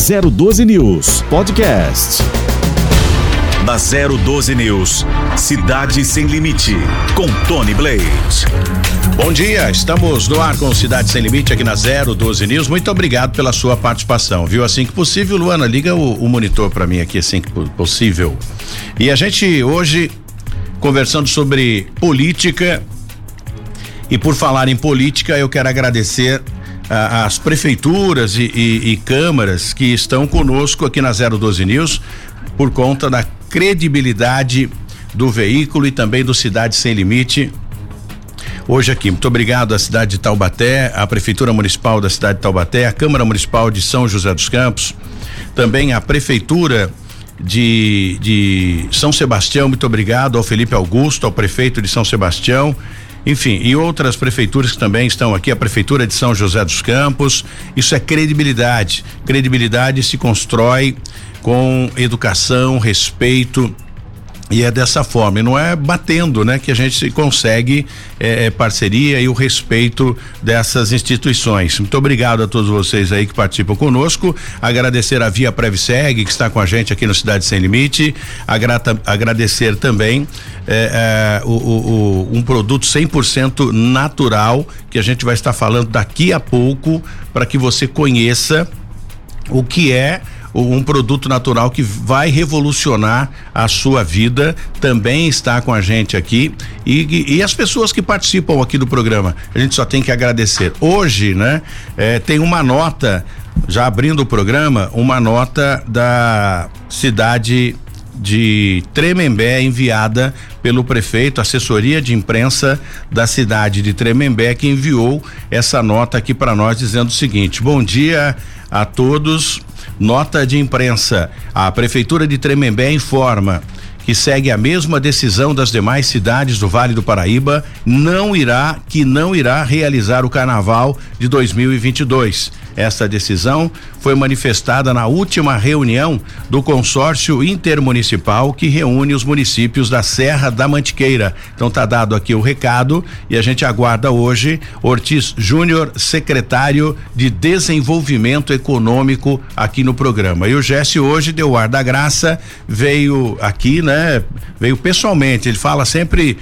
012 News Podcast. Na 012 News, Cidade Sem Limite, com Tony Blade. Bom dia, estamos no ar com Cidade Sem Limite aqui na 012 News. Muito obrigado pela sua participação, viu? Assim que possível, Luana, liga o monitor para mim aqui, assim que possível. E a gente hoje conversando sobre política, e por falar em política, eu quero agradecer as prefeituras e câmaras que estão conosco aqui na 012 News por conta da credibilidade do veículo e também do Cidade Sem Limite. Hoje aqui, muito obrigado à cidade de Taubaté, à Prefeitura Municipal da cidade de Taubaté, à Câmara Municipal de São José dos Campos, também à Prefeitura de São Sebastião, muito obrigado ao Felipe Augusto, ao prefeito de São Sebastião, enfim, e outras prefeituras que também estão aqui, a Prefeitura de São José dos Campos. Isso é credibilidade. Credibilidade se constrói com educação, respeito, e é dessa forma, e não é batendo, né, que a gente consegue parceria e o respeito dessas instituições. Muito obrigado a todos vocês aí que participam conosco, agradecer a Via Previseg que está com a gente aqui no Cidade Sem Limite, agradecer também um produto 100% natural que a gente vai estar falando daqui a pouco, para que você conheça o que é um produto natural que vai revolucionar a sua vida. Também está com a gente aqui e as pessoas que participam aqui do programa, a gente só tem que agradecer. Hoje, né, tem uma nota, já abrindo o programa, uma nota da cidade de Tremembé enviada pelo prefeito, assessoria de imprensa da cidade de Tremembé, que enviou essa nota aqui para nós dizendo o seguinte: bom dia a todos. Nota de imprensa. A Prefeitura de Tremembé informa que segue a mesma decisão das demais cidades do Vale do Paraíba, não irá realizar o Carnaval de 2022. Essa decisão foi manifestada na última reunião do consórcio intermunicipal que reúne os municípios da Serra da Mantiqueira. Então tá dado aqui o recado e a gente aguarda hoje Ortiz Júnior, secretário de Desenvolvimento Econômico aqui no programa. E o Jesse hoje deu o ar da graça, veio aqui, né? Veio pessoalmente, ele fala sempre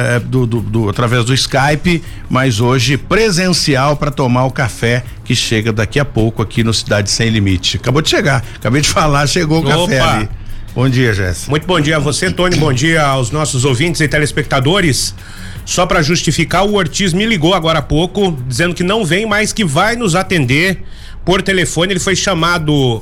através do Skype, mas hoje presencial para tomar o café que chega daqui a pouco aqui no Cidade Sem Limite. Acabou de chegar, acabei de falar, chegou o café ali. Bom dia, Jéssica. Muito bom dia a você, Tony, bom dia aos nossos ouvintes e telespectadores. Só para justificar, o Ortiz me ligou agora há pouco, dizendo que não vem, mas que vai nos atender por telefone. Ele foi chamado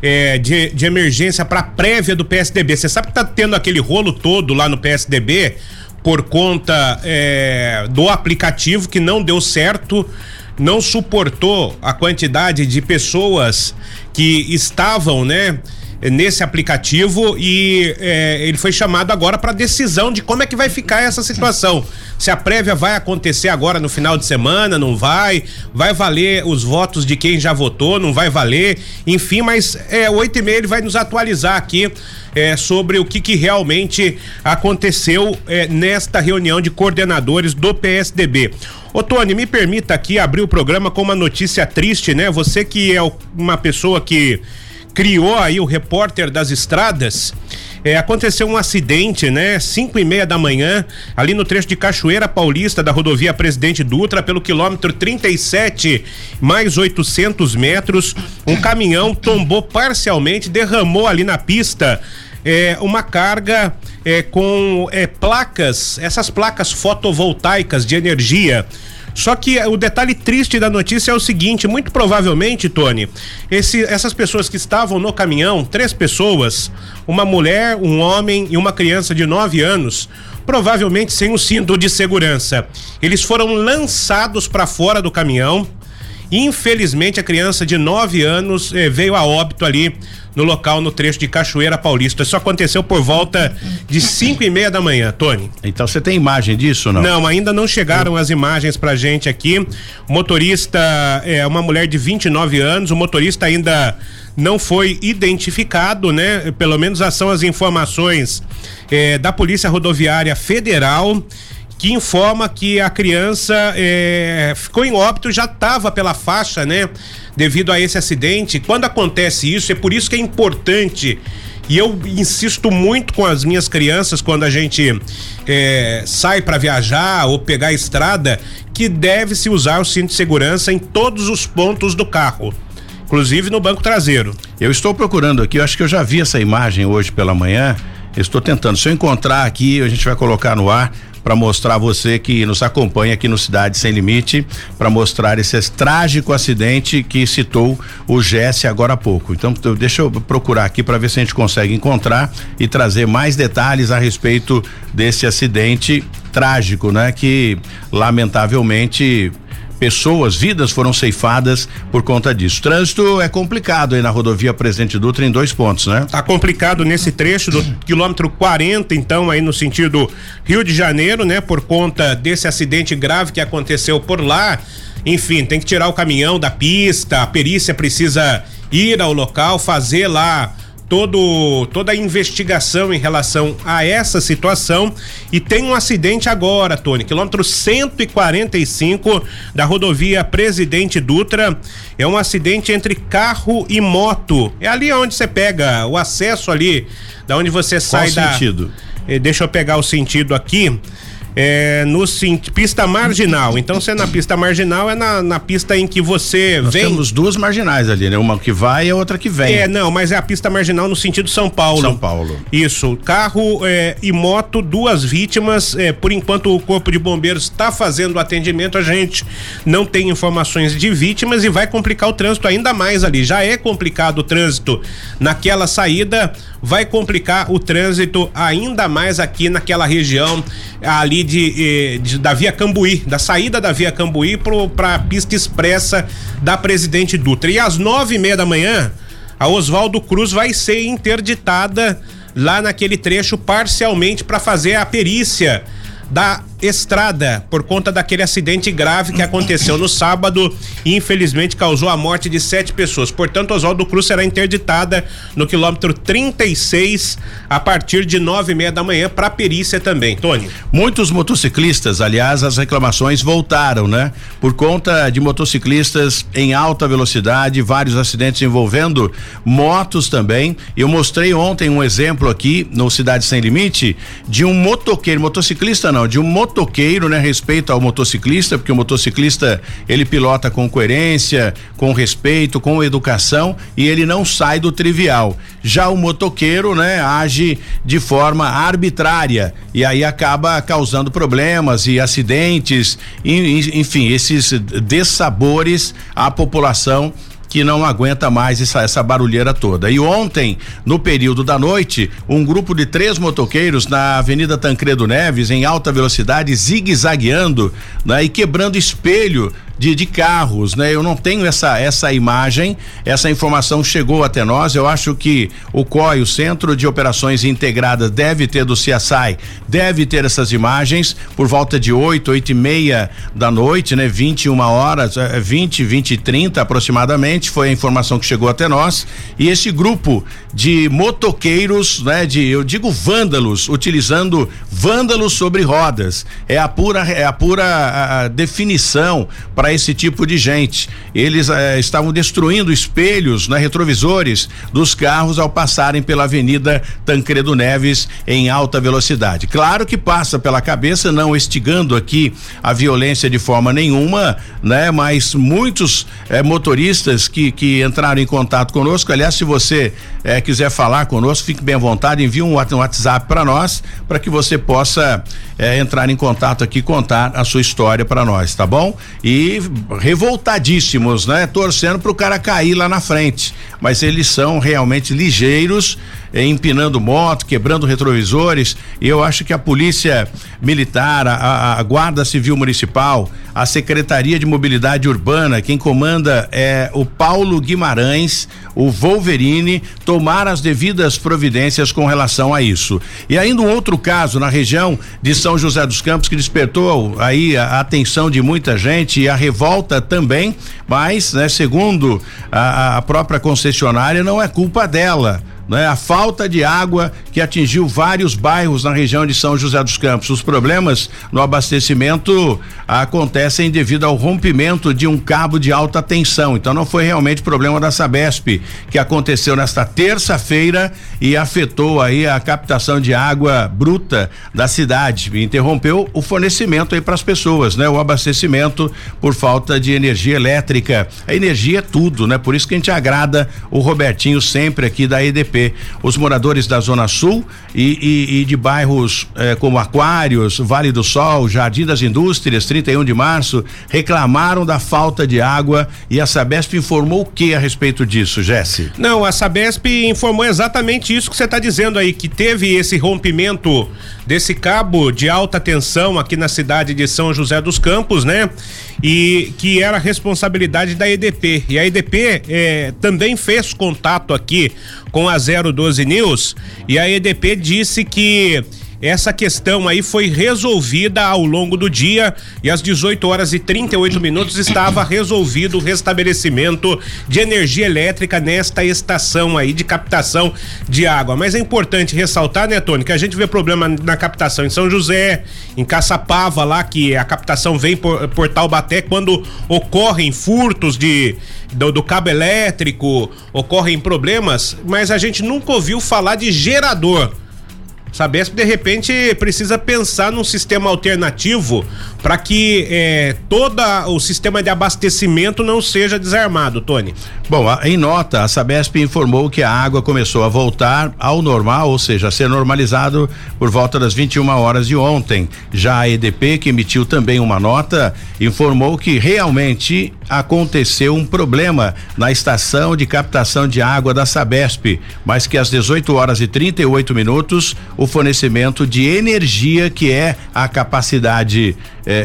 de emergência para prévia do PSDB. Você sabe que tá tendo aquele rolo todo lá no PSDB por conta do aplicativo que não deu certo, não suportou a quantidade de pessoas que estavam, né, nesse aplicativo, e ele foi chamado agora para decisão de como é que vai ficar essa situação. Se a prévia vai acontecer agora no final de semana, não vai valer os votos de quem já votou, não vai valer, enfim, mas 8h30 ele vai nos atualizar aqui sobre o que realmente aconteceu nesta reunião de coordenadores do PSDB. Ô Tony, me permita aqui abrir o programa com uma notícia triste, né? Você que é uma pessoa que criou aí o Repórter das Estradas, aconteceu um acidente, né? 5h30 da manhã, ali no trecho de Cachoeira Paulista da rodovia Presidente Dutra, pelo quilômetro 37 mais 800 metros, um caminhão tombou parcialmente, derramou ali na pista uma carga com placas, essas placas fotovoltaicas de energia. Só que o detalhe triste da notícia é o seguinte: muito provavelmente, Tony, essas pessoas que estavam no caminhão, 3 pessoas, uma mulher, um homem e uma criança de 9 anos, provavelmente sem o cinto de segurança. Eles foram lançados para fora do caminhão. Infelizmente, a criança de 9 anos veio a óbito ali no local, no trecho de Cachoeira Paulista. Isso aconteceu por volta de 5h30 da manhã, Tony. Então você tem imagem disso ou não? Não, ainda não chegaram as imagens pra gente aqui. O motorista é uma mulher de 29 anos, o motorista ainda não foi identificado, né? Pelo menos são as informações da Polícia Rodoviária Federal, que informa que a criança ficou em óbito, já estava pela faixa, né? Devido a esse acidente. Quando acontece isso, é por isso que é importante, e eu insisto muito com as minhas crianças quando a gente sai para viajar ou pegar a estrada, que deve-se usar o cinto de segurança em todos os pontos do carro, inclusive no banco traseiro. Eu estou procurando aqui, eu acho que eu já vi essa imagem hoje pela manhã. Eu estou tentando, se eu encontrar aqui, a gente vai colocar no ar para mostrar a você que nos acompanha aqui no Cidade Sem Limite, para mostrar esse trágico acidente que citou o Jesse agora há pouco. Então, deixa eu procurar aqui para ver se a gente consegue encontrar e trazer mais detalhes a respeito desse acidente trágico, né? Que lamentavelmente vidas foram ceifadas por conta disso. Trânsito é complicado aí na rodovia Presidente Dutra em 2 pontos, né? Tá complicado nesse trecho do quilômetro 40, então, aí no sentido Rio de Janeiro, né? Por conta desse acidente grave que aconteceu por lá. Enfim, tem que tirar o caminhão da pista, a perícia precisa ir ao local, fazer lá toda a investigação em relação a essa situação. E tem um acidente agora, Tony, quilômetro 145 da rodovia Presidente Dutra. É um acidente entre carro e moto. É ali onde você pega o acesso ali, da onde você sai. Qual sentido? Deixa eu pegar o sentido aqui. Pista marginal. Então, se é na pista marginal, é na pista em que você vem. Temos 2 marginais ali, né? Uma que vai e a outra que vem. Não, mas é a pista marginal no sentido São Paulo. São Paulo. Isso. Carro e moto, 2 vítimas. Por enquanto, o Corpo de Bombeiros está fazendo o atendimento. A gente não tem informações de vítimas e vai complicar o trânsito ainda mais ali. Já é complicado o trânsito naquela saída, vai complicar o trânsito ainda mais aqui naquela região ali da Via Cambuí, da saída da Via Cambuí para a pista expressa da Presidente Dutra. E às 9:30 da manhã, a Oswaldo Cruz vai ser interditada lá naquele trecho parcialmente para fazer a perícia da estrada por conta daquele acidente grave que aconteceu no sábado e infelizmente causou a morte de 7 pessoas. Portanto, Oswaldo Cruz será interditada no quilômetro 36 a partir de 9:30 da manhã para perícia também. Tony. Muitos motociclistas, aliás, as reclamações voltaram, né? Por conta de motociclistas em alta velocidade, vários acidentes envolvendo motos também. Eu mostrei ontem um exemplo aqui no Cidade Sem Limite de um motociclista, né? Respeito ao motociclista, porque o motociclista ele pilota com coerência, com respeito, com educação e ele não sai do trivial. Já o motoqueiro, né? Age de forma arbitrária e aí acaba causando problemas e acidentes, enfim, esses dessabores à população que não aguenta mais essa barulheira toda. E ontem, no período da noite, um grupo de 3 motoqueiros na Avenida Tancredo Neves, em alta velocidade, zigue-zagueando, né? E quebrando espelho de carros, né? Eu não tenho essa imagem, essa informação chegou até nós. Eu acho que o COI, o Centro de Operações Integradas, deve ter do CSI, deve ter essas imagens por volta de 8:30 da noite, né? 21 horas, 20:30 aproximadamente, foi a informação que chegou até nós. E esse grupo de motoqueiros, né? Eu digo vândalos, utilizando vândalos sobre rodas, é a pura definição para esse tipo de gente. Eles estavam destruindo espelhos, né, retrovisores dos carros ao passarem pela Avenida Tancredo Neves em alta velocidade. Claro que passa pela cabeça, não instigando aqui a violência de forma nenhuma, né? Mas muitos motoristas que entraram em contato conosco, aliás, se você quiser falar conosco, fique bem à vontade, envie um WhatsApp para nós, para que você possa entrar em contato aqui, contar a sua história para nós, tá bom? E revoltadíssimos, né? Torcendo pro cara cair lá na frente, mas eles são realmente ligeiros, empinando moto, quebrando retrovisores. E eu acho que a Polícia Militar, a Guarda Civil Municipal, a Secretaria de Mobilidade Urbana, quem comanda é o Paulo Guimarães, o Wolverine, tomar as devidas providências com relação a isso. E ainda um outro caso na região de São José dos Campos que despertou aí a atenção de muita gente e a revolta também, mas, né, segundo a própria concessionária, não é culpa dela, né? A falta de água que atingiu vários bairros na região de São José dos Campos. Os problemas no abastecimento acontecem devido ao rompimento de um cabo de alta tensão. Então não foi realmente problema da Sabesp, que aconteceu nesta terça-feira e afetou aí a captação de água bruta da cidade, interrompeu o fornecimento aí para as pessoas, né? O abastecimento por falta de energia elétrica. A energia é tudo, né? Por isso que a gente agrada o Robertinho sempre aqui da EDP. Os moradores da Zona Sul e de bairros como Aquários, Vale do Sol, Jardim das Indústrias, 31 de março, reclamaram da falta de água e a Sabesp informou o que a respeito disso, Jesse? Não, a Sabesp informou exatamente isso que você está dizendo aí, que teve esse rompimento desse cabo de alta tensão aqui na cidade de São José dos Campos, né? E que era responsabilidade da EDP. E a EDP também fez contato aqui com a 012 News e a EDP disse que essa questão aí foi resolvida ao longo do dia e às 18h38 estava resolvido o restabelecimento de energia elétrica nesta estação aí de captação de água. Mas é importante ressaltar, né, Tony, que a gente vê problema na captação em São José, em Caçapava lá, que a captação vem por Taubaté, quando ocorrem furtos do cabo elétrico, ocorrem problemas, mas a gente nunca ouviu falar de gerador. Sabesp de repente precisa pensar num sistema alternativo para que todo o sistema de abastecimento não seja desarmado, Tony. Bom, em nota, a Sabesp informou que a água começou a voltar ao normal, ou seja, a ser normalizado por volta das 21 horas de ontem. Já a EDP, que emitiu também uma nota, informou que realmente aconteceu um problema na estação de captação de água da Sabesp, mas que às 18h38 o fornecimento de energia, que é a capacidade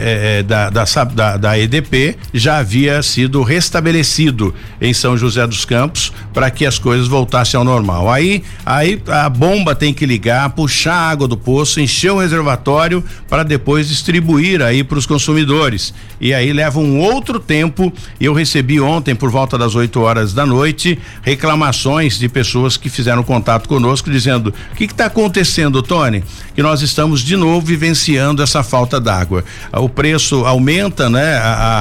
da EDP, já havia sido restabelecido em São José dos Campos para que as coisas voltassem ao normal. Aí a bomba tem que ligar, puxar a água do poço, encher o reservatório para depois distribuir aí para os consumidores. E aí leva um outro tempo. E eu recebi ontem, por volta das 8h da noite, reclamações de pessoas que fizeram contato conosco dizendo: o que está acontecendo, Tony? Que nós estamos de novo vivenciando essa falta d'água. O preço aumenta, né?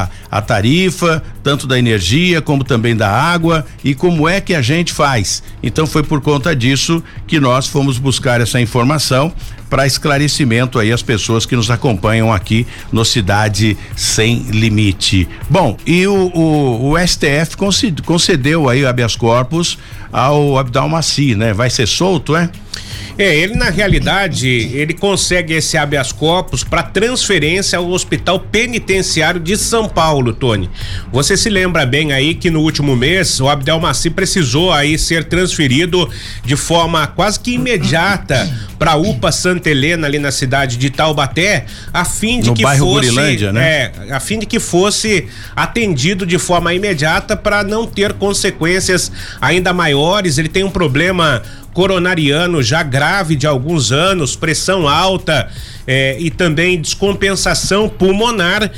A tarifa, tanto da energia como também da água, e como é que a gente faz? Então foi por conta disso que nós fomos buscar essa informação para esclarecimento aí às pessoas que nos acompanham aqui no Cidade Sem Limite. Bom, e o STF concedeu aí o habeas corpus ao Abdal Maci, né? Vai ser solto, é? Ele na realidade, ele consegue esse habeas corpus para transferência ao Hospital Penitenciário de São Paulo, Tony. Você se lembra bem aí que no último mês o Abdel Maci precisou aí ser transferido de forma quase que imediata para a UPA Santa Helena ali na cidade de Taubaté, a fim de no que bairro fosse, Gurilândia, né? A fim de que fosse atendido de forma imediata para não ter consequências ainda maiores. Ele tem um problema coronariano já grave de alguns anos, pressão alta e também descompensação pulmonar.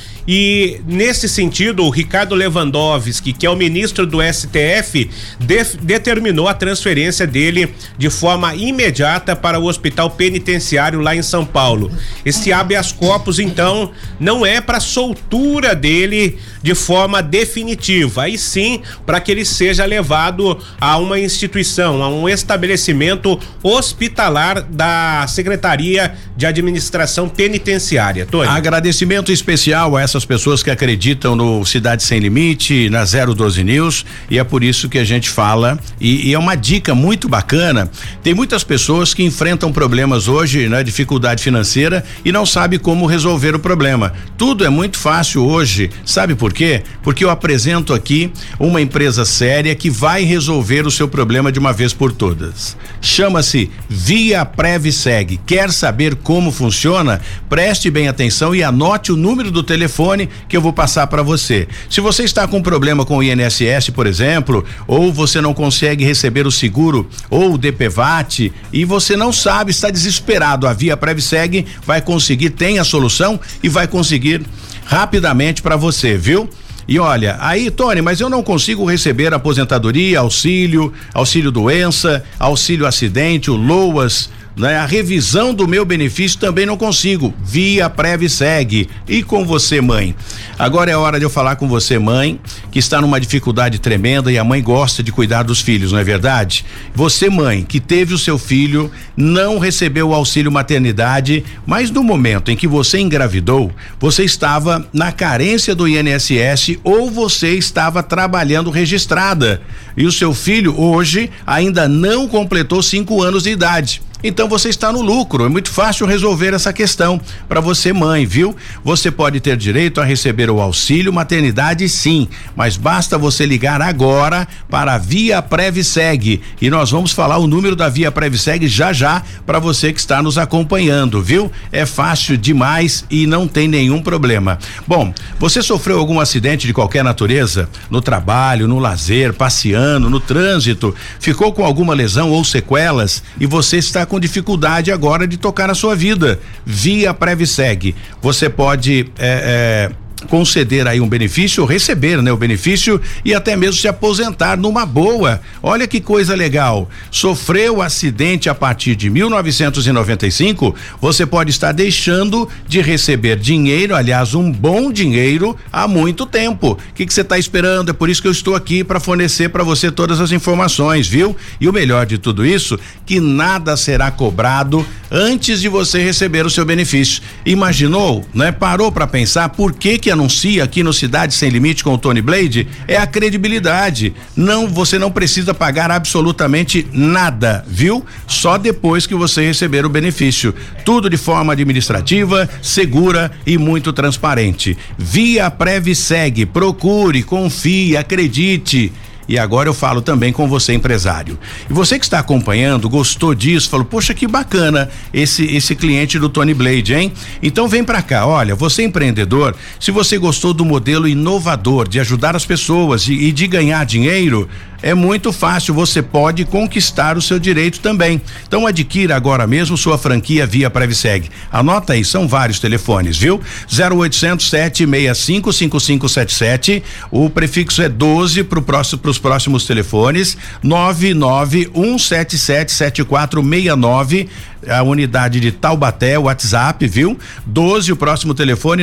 E nesse sentido, o Ricardo Lewandowski, que é o ministro do STF, determinou a transferência dele de forma imediata para o Hospital Penitenciário lá em São Paulo. Esse habeas corpus, então, não é para soltura dele de forma definitiva, aí sim para que ele seja levado a uma instituição, a um estabelecimento hospitalar da Secretaria de Administração Penitenciária. Tony. Agradecimento especial a essas pessoas que acreditam no Cidade Sem Limite, na 012 News, e é por isso que a gente fala, e é uma dica muito bacana. Tem muitas pessoas que enfrentam problemas hoje, né, dificuldade financeira, e não sabe como resolver o problema. Tudo é muito fácil hoje, sabe por quê? Porque eu apresento aqui uma empresa séria que vai resolver o seu problema de uma vez por todas. Chama-se Via Previseg. Quer saber como funciona? Preste bem atenção e anote o número do telefone que eu vou passar para você. Se você está com problema com o INSS, por exemplo, ou você não consegue receber o seguro ou o DPVAT e você não sabe, está desesperado, a Via Previseg vai conseguir, tem a solução e vai conseguir rapidamente para você, viu? E olha, aí, Tony, mas eu não consigo receber aposentadoria, auxílio doença, auxílio acidente, o LOAS, né? A revisão do meu benefício também não consigo, via Previseg. E com você, mãe? Agora é hora de eu falar com você, mãe, que está numa dificuldade tremenda e a mãe gosta de cuidar dos filhos, não é verdade? Você, mãe, que teve o seu filho, não recebeu o auxílio maternidade, mas no momento em que você engravidou, você estava na carência do INSS ou você estava trabalhando registrada. E o seu filho hoje ainda não completou 5 anos de idade. Então você está no lucro, é muito fácil resolver essa questão para você, mãe, viu? Você pode ter direito a receber o auxílio maternidade, sim, mas basta você ligar agora para a Via Previseg e nós vamos falar o número da Via Previseg já para você que está nos acompanhando, viu? É fácil demais e não tem nenhum problema. Bom, você sofreu algum acidente de qualquer natureza? No trabalho, no lazer, passeando, no trânsito, ficou com alguma lesão ou sequelas e você está com dificuldade agora de tocar a sua vida? Via Previseg, você pode conceder aí um benefício, receber, né, o benefício e até mesmo se aposentar numa boa. Olha que coisa legal. Sofreu acidente a partir de 1995, você pode estar deixando de receber dinheiro, aliás, um bom dinheiro há muito tempo. O que você está esperando? É por isso que eu estou aqui para fornecer para você todas as informações, viu? E o melhor de tudo isso, que nada será cobrado antes de você receber o seu benefício. Imaginou, né? Parou para pensar por que anuncia aqui no Cidade Sem Limite com o Tony Blade? É a credibilidade. Você não precisa pagar absolutamente nada, viu? Só depois que você receber o benefício. Tudo de forma administrativa, segura e muito transparente. Via Previseg, procure, confie, acredite. E agora eu falo também com você, empresário. E você que está acompanhando, gostou disso, falou, poxa, que bacana esse cliente do Tony Blade, hein? Então vem pra cá, olha, você empreendedor, se você gostou do modelo inovador de ajudar as pessoas e de ganhar dinheiro, é muito fácil, você pode conquistar o seu direito também. Então adquira agora mesmo sua franquia Via Previseg. Anota aí, são vários telefones, viu? 0800 765 5577, o prefixo é 12 pros próximos telefones, 991777469, a unidade de Taubaté, WhatsApp, viu? 12, o próximo telefone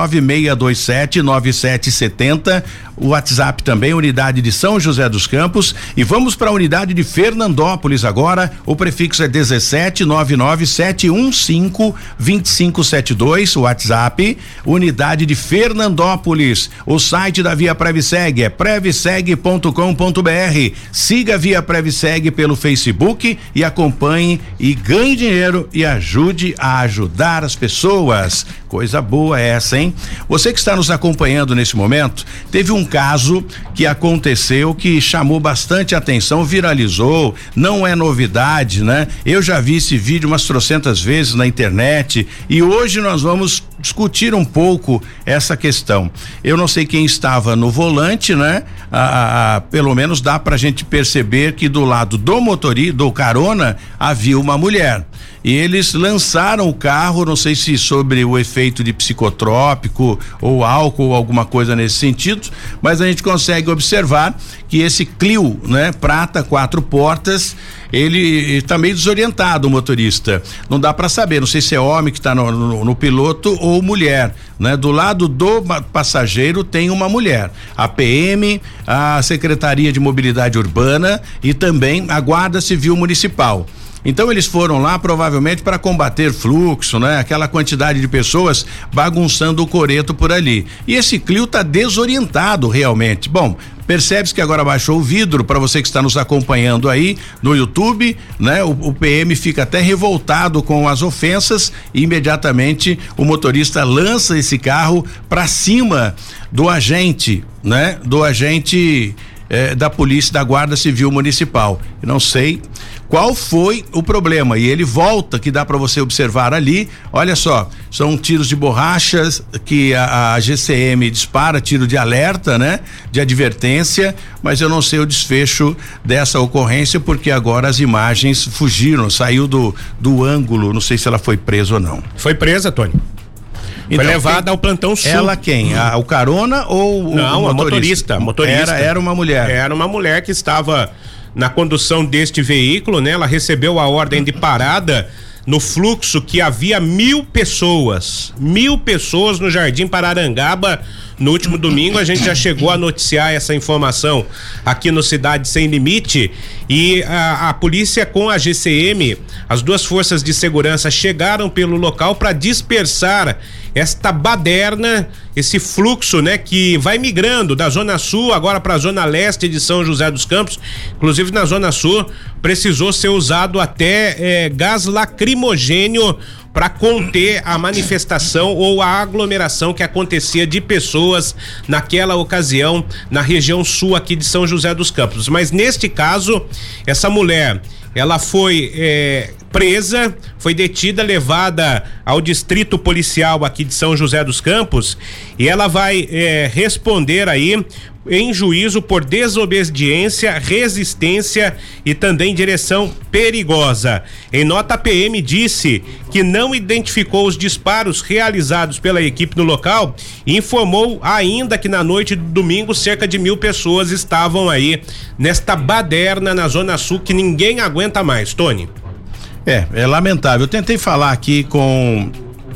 996279770, o WhatsApp também, unidade de São José dos Campos. E vamos para a unidade de Fernandópolis agora, o prefixo é 17997152572, o WhatsApp, unidade de Fernandópolis. O site da Via Previseg é previseg.com.br. Siga a Via Previseg pelo Facebook e acompanhe e ganhe dinheiro e ajude a ajudar as pessoas. Coisa boa essa, hein? Você que está nos acompanhando nesse momento, teve um caso que aconteceu que chamou bastante atenção, viralizou, não é novidade, né? Eu já vi esse vídeo umas trocentas vezes na internet e hoje nós vamos discutir um pouco essa questão. Eu não sei quem estava no volante, né? Pelo menos dá pra gente perceber que do lado do motorista, do carona, havia uma mulher. E eles lançaram o carro, não sei se sobre o efeito de psicotrópico ou álcool ou alguma coisa nesse sentido, mas a gente consegue observar que esse Clio, né, prata, 4 portas, ele tá meio desorientado, o motorista. Não dá para saber, não sei se é homem que tá no piloto ou mulher, né? Do lado do passageiro tem uma mulher, a PM, a Secretaria de Mobilidade Urbana e também a Guarda Civil Municipal. Então eles foram lá provavelmente para combater fluxo, né? Aquela quantidade de pessoas bagunçando o coreto por ali. E esse Clio tá desorientado realmente. Bom, percebe-se que agora baixou o vidro para você que está nos acompanhando aí no YouTube, né? O PM fica até revoltado com as ofensas e imediatamente o motorista lança esse carro para cima do agente, né? Do agente da polícia, da Guarda Civil Municipal. Eu não sei qual foi o problema e ele volta, que dá para você observar ali, olha só, são tiros de borrachas que a GCM dispara, tiro de alerta, né? De advertência, mas eu não sei o desfecho dessa ocorrência porque agora as imagens fugiram, saiu do ângulo, não sei se ela foi presa ou não. Foi presa, Tony. Foi levada ao plantão sul. Ela quem? O carona ou o motorista? Motorista. Era uma mulher. Era uma mulher que estava na condução deste veículo, né? Ela recebeu a ordem de parada no fluxo que havia 1.000 pessoas no Jardim Pararangaba. No último domingo a gente já chegou a noticiar essa informação aqui no Cidade Sem Limite, e a polícia com a GCM, as duas forças de segurança, chegaram pelo local para dispersar esta baderna, esse fluxo, né, que vai migrando da Zona Sul agora para a Zona Leste de São José dos Campos. Inclusive na Zona Sul precisou ser usado até gás lacrimogênio para conter a manifestação ou a aglomeração que acontecia de pessoas naquela ocasião na região sul aqui de São José dos Campos. Mas neste caso, essa mulher, ela foi presa, foi detida, levada ao distrito policial aqui de São José dos Campos, e ela vai responder aí em juízo por desobediência, resistência e também direção perigosa. Em nota, a PM disse que não identificou os disparos realizados pela equipe no local e informou ainda que na noite do domingo cerca de 1.000 pessoas estavam aí nesta baderna na Zona Sul que ninguém aguenta mais. Tony. É lamentável. Eu tentei falar aqui com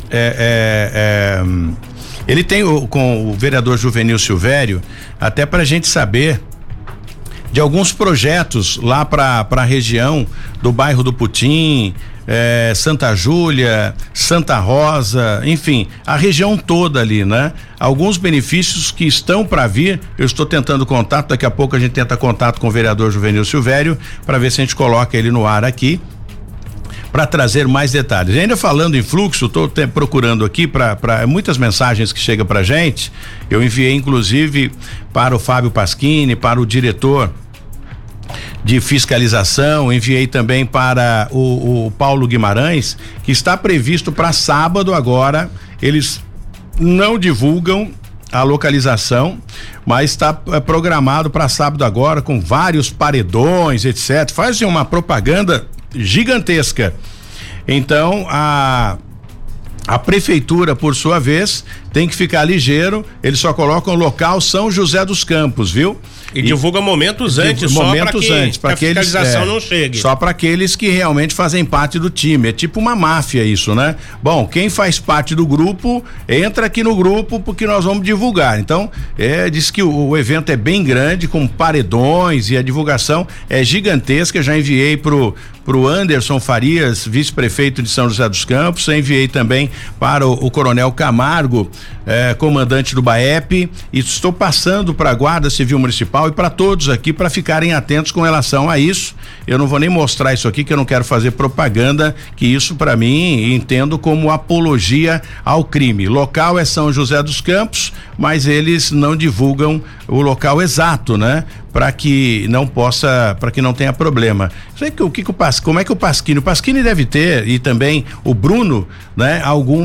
ele tem com o vereador Juvenil Silvério, até pra gente saber de alguns projetos lá pra região do bairro do Putim, Santa Júlia, Santa Rosa, enfim, a região toda ali, né? Alguns benefícios que estão para vir. Eu estou tentando contato, daqui a pouco a gente tenta contato com o vereador Juvenil Silvério para ver se a gente coloca ele no ar aqui, para trazer mais detalhes. E ainda falando em fluxo, estou procurando aqui para muitas mensagens que chegam pra gente. Eu enviei inclusive para o Fábio Pasquini, para o diretor de fiscalização, enviei também para o Paulo Guimarães, que está previsto para sábado agora. Eles não divulgam a localização, mas está programado para sábado agora, com vários paredões, etc. Fazem uma propaganda gigantesca. Então a prefeitura, por sua vez, tem que ficar ligeiro. Eles só colocam local São José dos Campos, viu? E divulga momentos antes, para que a fiscalização não chegue. Só para aqueles que realmente fazem parte do time. É tipo uma máfia isso, né? Bom, quem faz parte do grupo, entra aqui no grupo porque nós vamos divulgar. Então, diz que o evento é bem grande, com paredões, e a divulgação é gigantesca. Já enviei pro Anderson Farias, vice-prefeito de São José dos Campos, enviei também para o Coronel Camargo, comandante do BAEP, e estou passando para a Guarda Civil Municipal e para todos aqui para ficarem atentos com relação a isso. Eu não vou nem mostrar isso aqui, que eu não quero fazer propaganda, que isso para mim entendo como apologia ao crime. Local é São José dos Campos, mas eles não divulgam o local exato, né? Para que não tenha problema. Sei que como é que o Pasquini deve ter, e também o Bruno, né?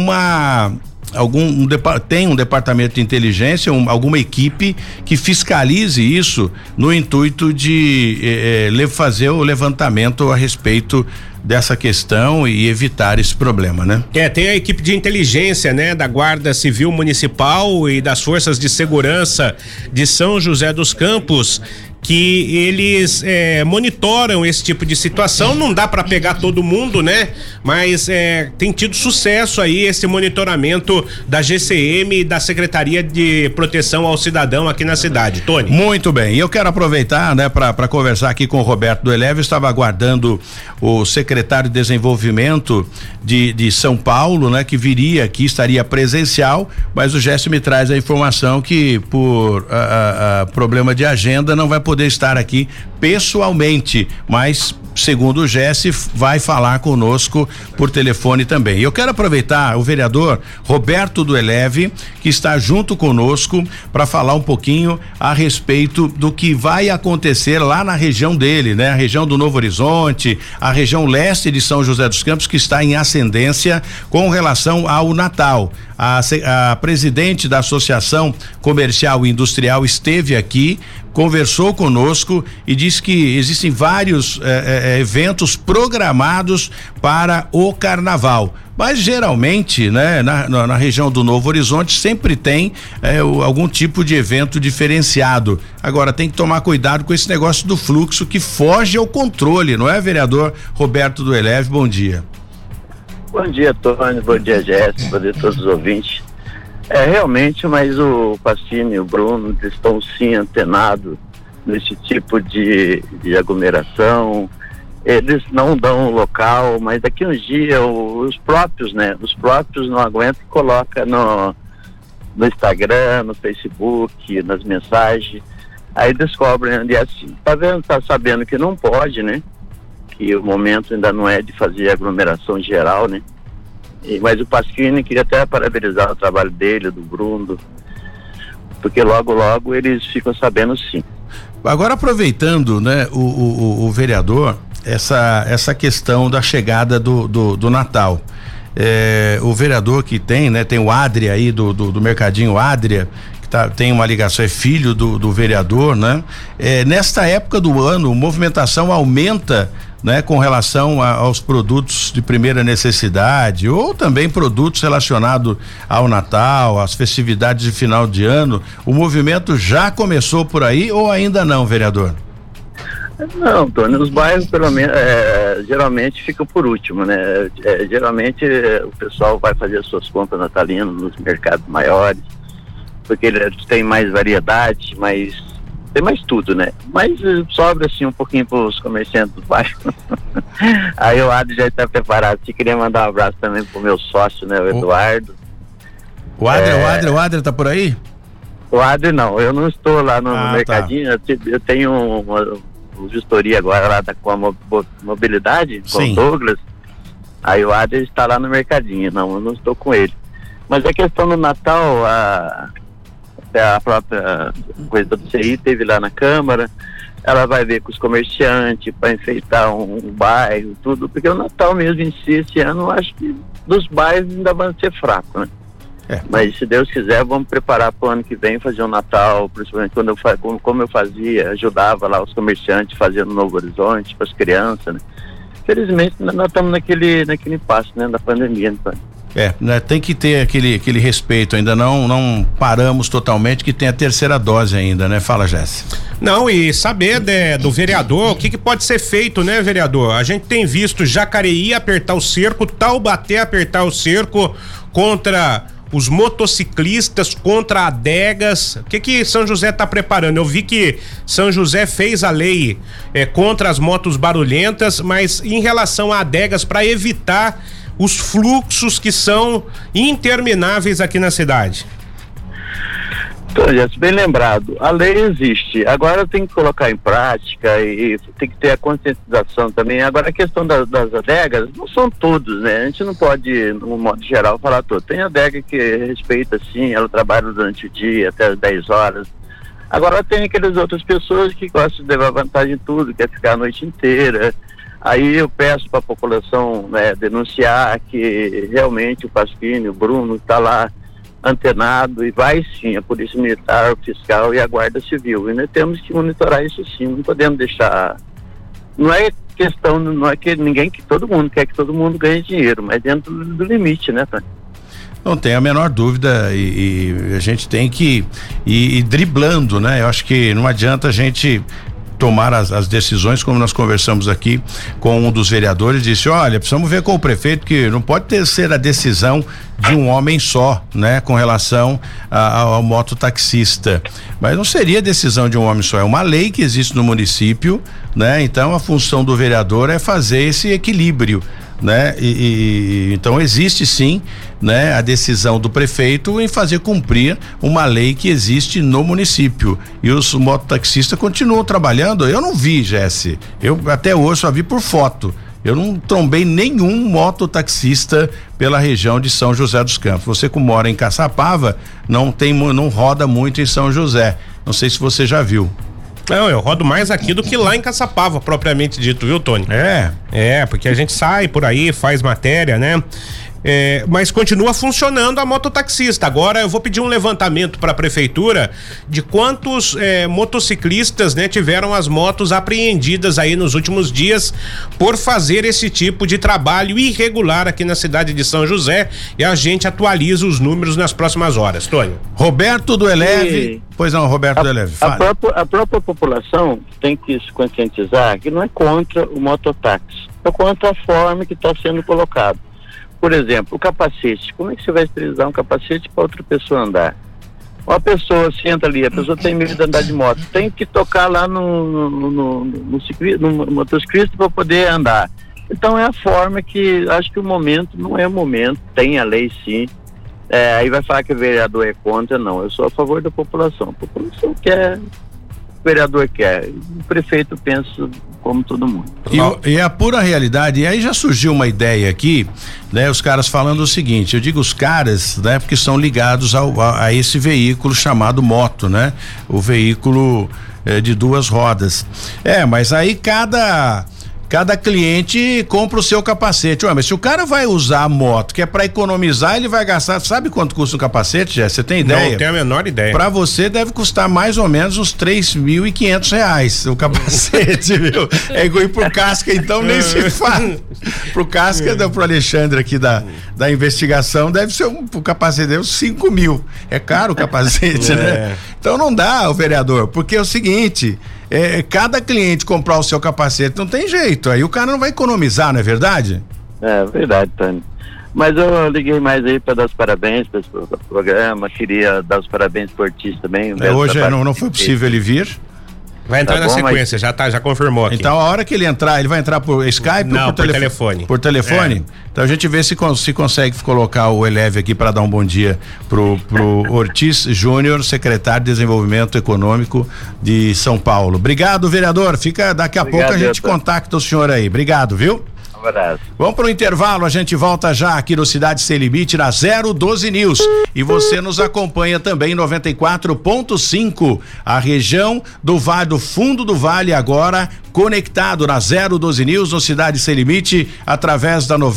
Tem um departamento de inteligência, alguma equipe que fiscalize isso no intuito de fazer o levantamento a respeito dessa questão e evitar esse problema, né? Tem a equipe de inteligência, né, da Guarda Civil Municipal e das Forças de Segurança de São José dos Campos, que eles monitoram esse tipo de situação. Não dá para pegar todo mundo, né? Mas tem tido sucesso aí esse monitoramento da GCM e da Secretaria de Proteção ao Cidadão aqui na cidade. Tony. Muito bem, e eu quero aproveitar, né, para conversar aqui com o Roberto do Eleve. Eu estava aguardando o secretário de Desenvolvimento de São Paulo, né, que viria aqui, estaria presencial, mas o Jesse me traz a informação que por problema de agenda não vai poder estar aqui pessoalmente, mas segundo o Jesse, vai falar conosco por telefone também. Eu quero aproveitar o vereador Roberto do Eleve, que está junto conosco, para falar um pouquinho a respeito do que vai acontecer lá na região dele, né? A região do Novo Horizonte, a região leste de São José dos Campos, que está em ascendência com relação ao Natal. A presidente da Associação Comercial e Industrial esteve aqui conversou conosco e disse que existem vários eventos programados para o carnaval. Mas geralmente, né, na região do Novo Horizonte sempre tem algum tipo de evento diferenciado. Agora tem que tomar cuidado com esse negócio do fluxo que foge ao controle, não é, vereador Roberto do Eleve? Bom dia. Bom dia, Tony, bom dia, Jéssica, bom dia a todos os ouvintes. Realmente, mas o Pastini e o Bruno estão sim antenados nesse tipo de aglomeração. Eles não dão local, mas daqui uns dias os próprios não aguentam e colocam no Instagram, no Facebook, nas mensagens, aí descobrem, e assim, tá sabendo que não pode, né? Que o momento ainda não é de fazer aglomeração geral, né? Mas o Pasquini queria até parabenizar o trabalho dele, do Bruno, porque logo eles ficam sabendo sim. Agora aproveitando, né, o vereador, essa questão da chegada do Natal. O vereador que tem o Adria aí do Mercadinho Adria, que tem uma ligação, é filho do vereador, né? Nesta época do ano, a movimentação aumenta, né, com relação aos produtos de primeira necessidade ou também produtos relacionados ao Natal, às festividades de final de ano. O movimento já começou por aí ou ainda não, vereador? Não, Tony, os bairros pelo menos geralmente ficam por último, né? Geralmente o pessoal vai fazer as suas compras natalinas nos mercados maiores, porque eles têm mais variedade, tem mais tudo, né? Mas sobra assim um pouquinho para os comerciantes do bairro. Aí o Adri já está preparado. Se queria mandar um abraço também pro meu sócio, né? O Eduardo. O Adri tá por aí? O Adri não, eu não estou lá no mercadinho. Tá. Eu tenho uma vistoria agora lá com a mobilidade, com o Douglas. Aí o Adri está lá no mercadinho. Não, eu não estou com ele. Mas a questão do Natal, a própria coisa do CI teve lá na Câmara, ela vai ver com os comerciantes para enfeitar um bairro, tudo, porque o Natal mesmo em si, esse ano, eu acho que dos bairros ainda vai ser fraco, né? Mas se Deus quiser, vamos preparar para o ano que vem, fazer um Natal, principalmente como eu fazia, ajudava lá os comerciantes fazendo Novo Horizonte, para as crianças, né? Felizmente nós estamos naquele impasse, né, da pandemia, então. Né, tem que ter aquele respeito, ainda não paramos totalmente, que tem a terceira dose ainda, né? Fala, Jéssica. Não, e saber do vereador, o que pode ser feito, né, vereador? A gente tem visto Jacareí apertar o cerco, Taubaté apertar o cerco contra os motociclistas, contra adegas. O que São José está preparando? Eu vi que São José fez a lei contra as motos barulhentas, mas em relação a adegas, para evitar os fluxos que são intermináveis aqui na cidade. Então, Jéssica, bem lembrado, a lei existe, agora tem que colocar em prática e tem que ter a conscientização também. Agora a questão das adegas, não são todos, né? A gente não pode, no modo geral, falar todo. Tem adega que respeita sim, ela trabalha durante o dia até as 10 horas. Agora tem aquelas outras pessoas que gostam de levar vantagem em tudo, quer ficar a noite inteira. Aí eu peço para a população, né, denunciar que realmente o Pasquini, o Bruno, está lá antenado, e vai sim a Polícia Militar, o Fiscal e a Guarda Civil. E nós temos que monitorar isso sim, não podemos deixar. Não é questão, não é que todo mundo quer que todo mundo ganhe dinheiro, mas dentro do limite, né, Tânia? Não tem a menor dúvida, e a gente tem que ir driblando, né? Eu acho que não adianta a gente tomar as decisões, como nós conversamos aqui com um dos vereadores, disse: olha, precisamos ver com o prefeito que não pode ser a decisão de um homem só, né, com relação ao mototaxista, mas não seria decisão de um homem só, é uma lei que existe no município, né? Então a função do vereador é fazer esse equilíbrio, né? Então existe sim, né, a decisão do prefeito em fazer cumprir uma lei que existe no município, e os mototaxistas continuam trabalhando. Eu não vi, Jesse, eu até hoje só vi por foto. Eu não trombei nenhum mototaxista pela região de São José dos Campos. Você que mora em Caçapava, não roda muito em São José. Não sei se você já viu. Não, eu rodo mais aqui do que lá em Caçapava, propriamente dito, viu, Tony? Porque a gente sai por aí, faz matéria, né? Mas continua funcionando a mototaxista. Agora eu vou pedir um levantamento para a prefeitura de quantos motociclistas, né, tiveram as motos apreendidas aí nos últimos dias por fazer esse tipo de trabalho irregular aqui na cidade de São José, e a gente atualiza os números nas próximas horas. Tônio. Roberto do Eleve. Pois não, Roberto do Eleve. A própria população tem que se conscientizar que não é contra o mototáxi, é contra a forma que está sendo colocado. Por exemplo, o capacete. Como é que você vai esterilizar um capacete para outra pessoa andar? Uma pessoa senta ali, a pessoa tem medo de andar de moto, tem que tocar lá no motociclista para poder andar. Então é a forma que, acho que o momento não é o momento, tem a lei sim. Aí vai falar que o vereador é contra, não, eu sou a favor da população. A população quer, o vereador quer, o prefeito pensa como todo mundo. E a pura realidade, e aí já surgiu uma ideia aqui, né? Os caras falando o seguinte, eu digo os caras, né? Porque são ligados a esse veículo chamado moto, né? O veículo de duas rodas. Mas aí cada cliente compra o seu capacete. Ué, mas se o cara vai usar a moto, que é pra economizar, ele vai gastar, sabe quanto custa um capacete, Jé? Você tem ideia? Não tenho a menor ideia. Pra você deve custar mais ou menos uns R$3.500 o capacete, viu? E pro Casca então nem se fala. Pro Casca, pro Alexandre aqui da investigação, deve ser o capacete dele, 5 mil. É caro o capacete, né? Então não dá, o vereador, porque é o seguinte, cada cliente comprar o seu capacete não tem jeito, aí o cara não vai economizar, não é verdade? É verdade, Tânia. Mas eu liguei mais aí para dar os parabéns para esse programa, queria dar os parabéns pro Ortiz também. Hoje não foi possível ele vir. Vai entrar na sequência, já confirmou aqui. Então a hora que ele entrar, ele vai entrar por Skype ou por telefone? Por telefone? Então a gente vê se consegue colocar o Eleve aqui para dar um bom dia pro Ortiz Júnior, secretário de Desenvolvimento Econômico de São Paulo. Obrigado, vereador. Daqui a pouco a gente contacta o senhor aí. Obrigado, viu? Vamos para o intervalo, a gente volta já aqui no Cidade Sem Limite na 012 News, e você nos acompanha também em 94.5, a região do Vale, do fundo do Vale, agora conectado na 012 News no Cidade Sem Limite através da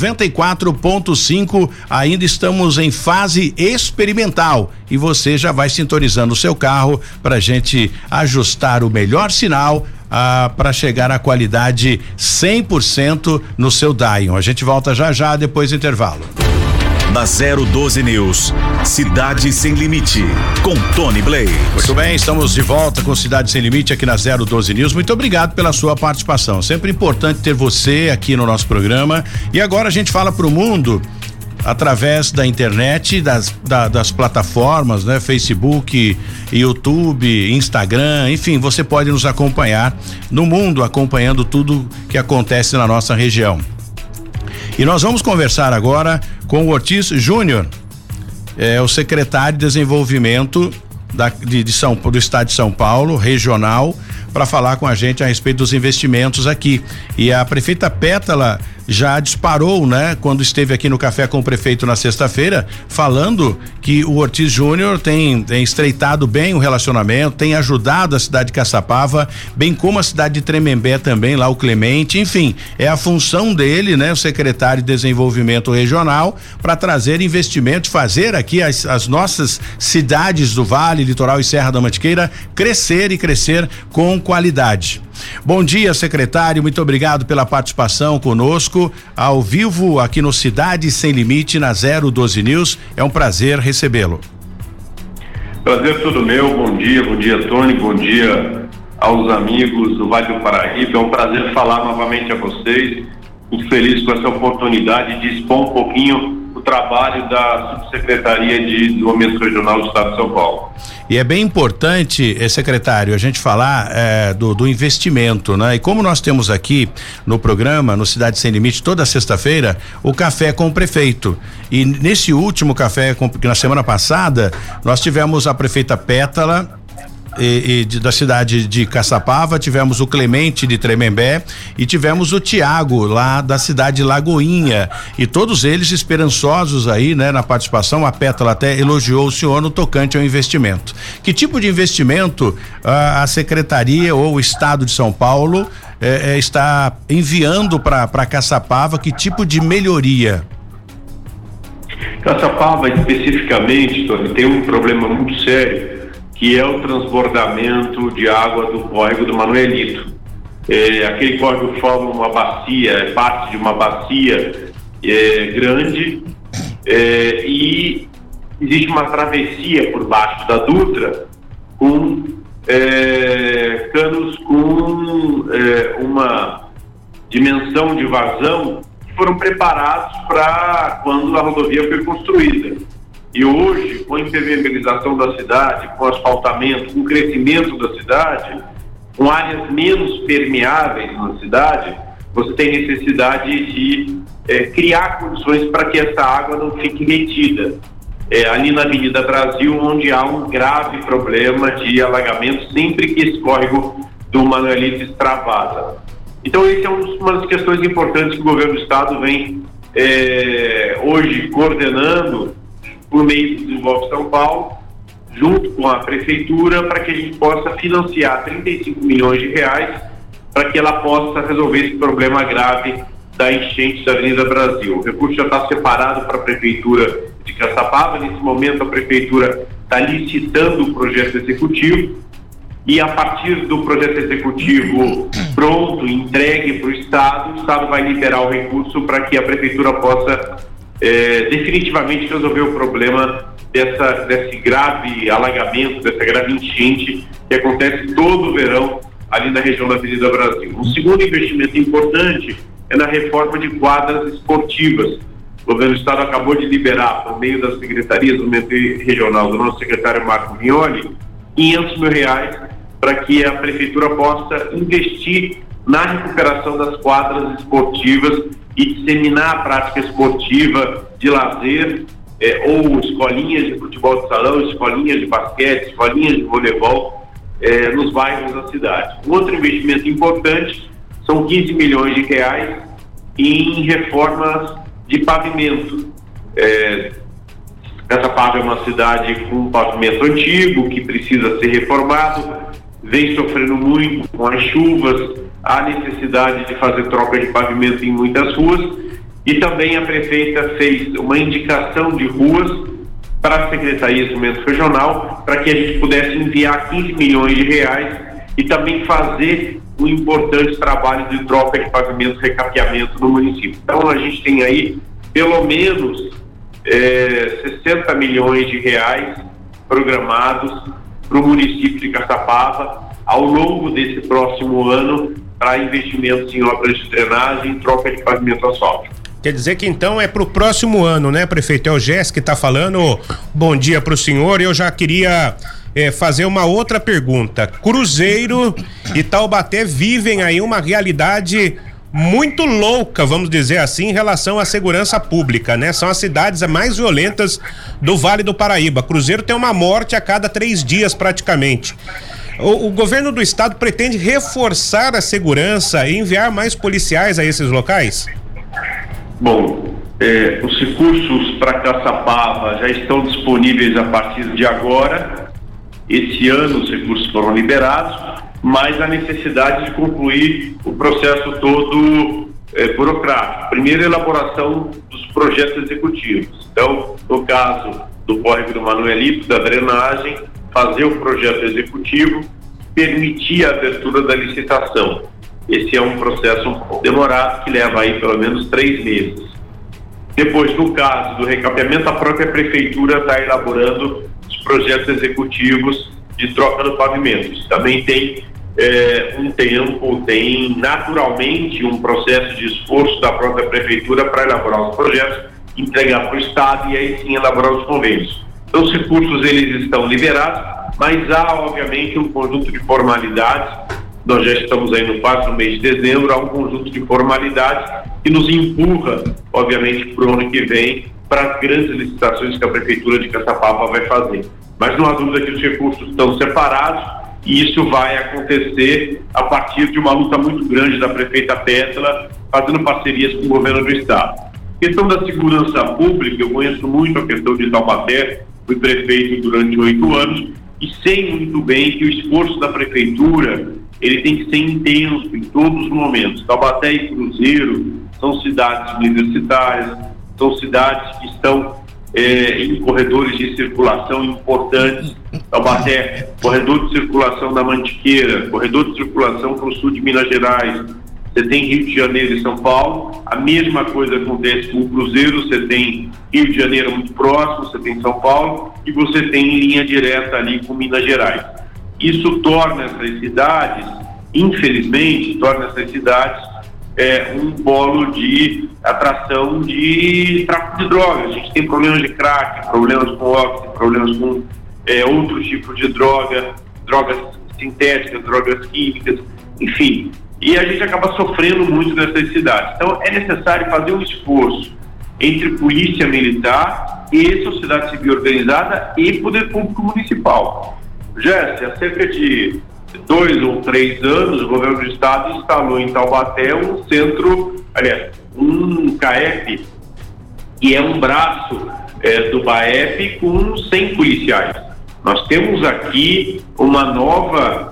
94.5. Ainda estamos em fase experimental e você já vai sintonizando o seu carro pra gente ajustar o melhor sinal para chegar à qualidade 100% no seu Dion. A gente volta já depois do intervalo. Na 012 News, Cidade Sem Limite, com Tony Blake. Muito bem, estamos de volta com Cidade Sem Limite aqui na 012 News. Muito obrigado pela sua participação. Sempre importante ter você aqui no nosso programa. E agora a gente fala pro mundo através da internet, das plataformas, né? Facebook, YouTube, Instagram, enfim, você pode nos acompanhar no mundo, acompanhando tudo que acontece na nossa região. E nós vamos conversar agora com o Ortiz Júnior, o secretário de Desenvolvimento do Estado de São Paulo, regional, para falar com a gente a respeito dos investimentos aqui. E a prefeita Pétala já disparou, né, quando esteve aqui no Café com o Prefeito na sexta-feira, falando que o Ortiz Júnior tem estreitado bem o relacionamento, tem ajudado a cidade de Caçapava, bem como a cidade de Tremembé também, lá o Clemente, enfim, é a função dele, né, o secretário de Desenvolvimento Regional, para trazer investimento, fazer aqui as nossas cidades do Vale, Litoral e Serra da Mantiqueira crescer e crescer com qualidade. Bom dia, secretário, muito obrigado pela participação conosco, ao vivo aqui no Cidade Sem Limite, na 012 News, é um prazer recebê-lo. Prazer todo meu, bom dia Tony, bom dia aos amigos do Vale do Paraíba, é um prazer falar novamente a vocês, muito feliz com essa oportunidade de expor um pouquinho o trabalho da Subsecretaria de Desenvolvimento Regional do Estado de São Paulo. E é bem importante, secretário, a gente falar do investimento, né? E como nós temos aqui no programa, no Cidade Sem Limite, toda sexta-feira, o Café com o Prefeito. E nesse último café, na semana passada, nós tivemos a prefeita Pétala, da cidade de Caçapava, tivemos o Clemente de Tremembé e tivemos o Tiago lá da cidade de Lagoinha, e todos eles esperançosos aí, né, na participação. A Pétala até elogiou o senhor no tocante ao investimento. Que tipo de investimento a secretaria ou o estado de São Paulo está enviando para Caçapava? Que tipo de melhoria? Caçapava, especificamente, Tony, tem um problema muito sério, que é o transbordamento de água do córrego do Manuelito. Aquele córrego forma uma bacia, é parte de uma bacia grande, e existe uma travessia por baixo da Dutra com canos com uma dimensão de vazão que foram preparados para quando a rodovia foi construída. E hoje, com a impermeabilização da cidade, com asfaltamento, com o crescimento da cidade, com áreas menos permeáveis na cidade, você tem necessidade de criar condições para que essa água não fique retida. Ali na Avenida Brasil, onde há um grave problema de alagamento sempre que esse córrego do Manuelito extravasa. Então, essa é uma das questões importantes que o governo do estado vem hoje coordenando por meio do Desenvolve São Paulo, junto com a prefeitura, para que a gente possa financiar 35 milhões de reais para que ela possa resolver esse problema grave da enchente da Avenida Brasil. O recurso já está separado para a prefeitura de Caçapava. Nesse momento a prefeitura está licitando o projeto executivo e, a partir do projeto executivo pronto, entregue para o Estado vai liberar o recurso para que a prefeitura possa definitivamente resolver o problema desse grave alagamento, dessa grave enchente que acontece todo o verão ali na região da Avenida Brasil. Um segundo investimento importante é na reforma de quadras esportivas. O governo do estado acabou de liberar, por meio das secretarias do meio regional do nosso secretário Marco Vignoli, 500 mil reais para que a prefeitura possa investir na recuperação das quadras esportivas e disseminar a prática esportiva de lazer, ou escolinhas de futebol de salão, escolinhas de basquete, escolinhas de voleibol nos bairros da cidade. Um outro investimento importante são 15 milhões de reais em reformas de pavimento. Caçapava é uma cidade com um pavimento antigo que precisa ser reformado, vem sofrendo muito com as chuvas, há necessidade de fazer troca de pavimento em muitas ruas, e também a prefeita fez uma indicação de ruas para a Secretaria de Desenvolvimento Regional para que a gente pudesse enviar 15 milhões de reais e também fazer um importante trabalho de troca de pavimento, recapeamento no município. Então a gente tem aí pelo menos 60 milhões de reais programados para o município de Caçapava ao longo desse próximo ano para investimentos em obras de drenagem e troca de pavimento asfáltico. Quer dizer que então é para o próximo ano, né, prefeito? É o Jéssica que está falando. Bom dia para o senhor. Eu já queria fazer uma outra pergunta. Cruzeiro e Taubaté vivem aí uma realidade muito louca, vamos dizer assim, em relação à segurança pública, né? São as cidades mais violentas do Vale do Paraíba. Cruzeiro tem uma morte a cada 3 dias praticamente. O governo do estado pretende reforçar a segurança e enviar mais policiais a esses locais? Bom, os recursos para Caçapava já estão disponíveis a partir de agora. Esse ano os recursos foram liberados, mas a necessidade de concluir o processo todo burocrático. Primeiro, a elaboração dos projetos executivos. Então, no caso do córrego do Manuelito, da drenagem, fazer o projeto executivo, permitir a abertura da licitação. Esse é um processo um pouco demorado, que leva aí pelo menos 3 meses. Depois, no caso do recapeamento, a própria prefeitura está elaborando os projetos executivos de troca do pavimento. Também tem um tempo, tem naturalmente um processo de esforço da própria prefeitura para elaborar os projetos, entregar para o estado e aí sim elaborar os convênios. Então, os recursos eles estão liberados, mas há obviamente um conjunto de formalidades. Nós já estamos aí quase no mês de dezembro, há um conjunto de formalidades que nos empurra, obviamente, para o ano que vem, para as grandes licitações que a Prefeitura de Caçapava vai fazer. Mas não há dúvida que os recursos estão separados e isso vai acontecer a partir de uma luta muito grande da prefeita Pétala, fazendo parcerias com o governo do estado. Questão da segurança pública, eu conheço muito a questão de Taubaté, fui prefeito durante 8 anos e sei muito bem que o esforço da prefeitura ele tem que ser intenso em todos os momentos. Taubaté e Cruzeiro são cidades universitárias, são cidades que estão em corredores de circulação importantes. Taubaté, corredor de circulação da Mantiqueira, corredor de circulação para o sul de Minas Gerais. Você tem Rio de Janeiro e São Paulo. A mesma coisa acontece com o Cruzeiro. Você tem Rio de Janeiro muito próximo, você tem São Paulo, e você tem linha direta ali com Minas Gerais. Isso torna essas cidades, infelizmente, um polo de atração de tráfico de drogas. A gente tem problemas de crack, problemas com óxido, problemas com outros tipos de drogas sintéticas, drogas químicas, enfim. E a gente acaba sofrendo muito nessas cidades. Então é necessário fazer um esforço entre polícia militar e sociedade civil organizada e poder público municipal. Jéssica, há cerca de 2 ou 3 anos, o governo do estado instalou em Taubaté um CAEP, que é um braço do BAEP com 100 policiais. Nós temos aqui uma nova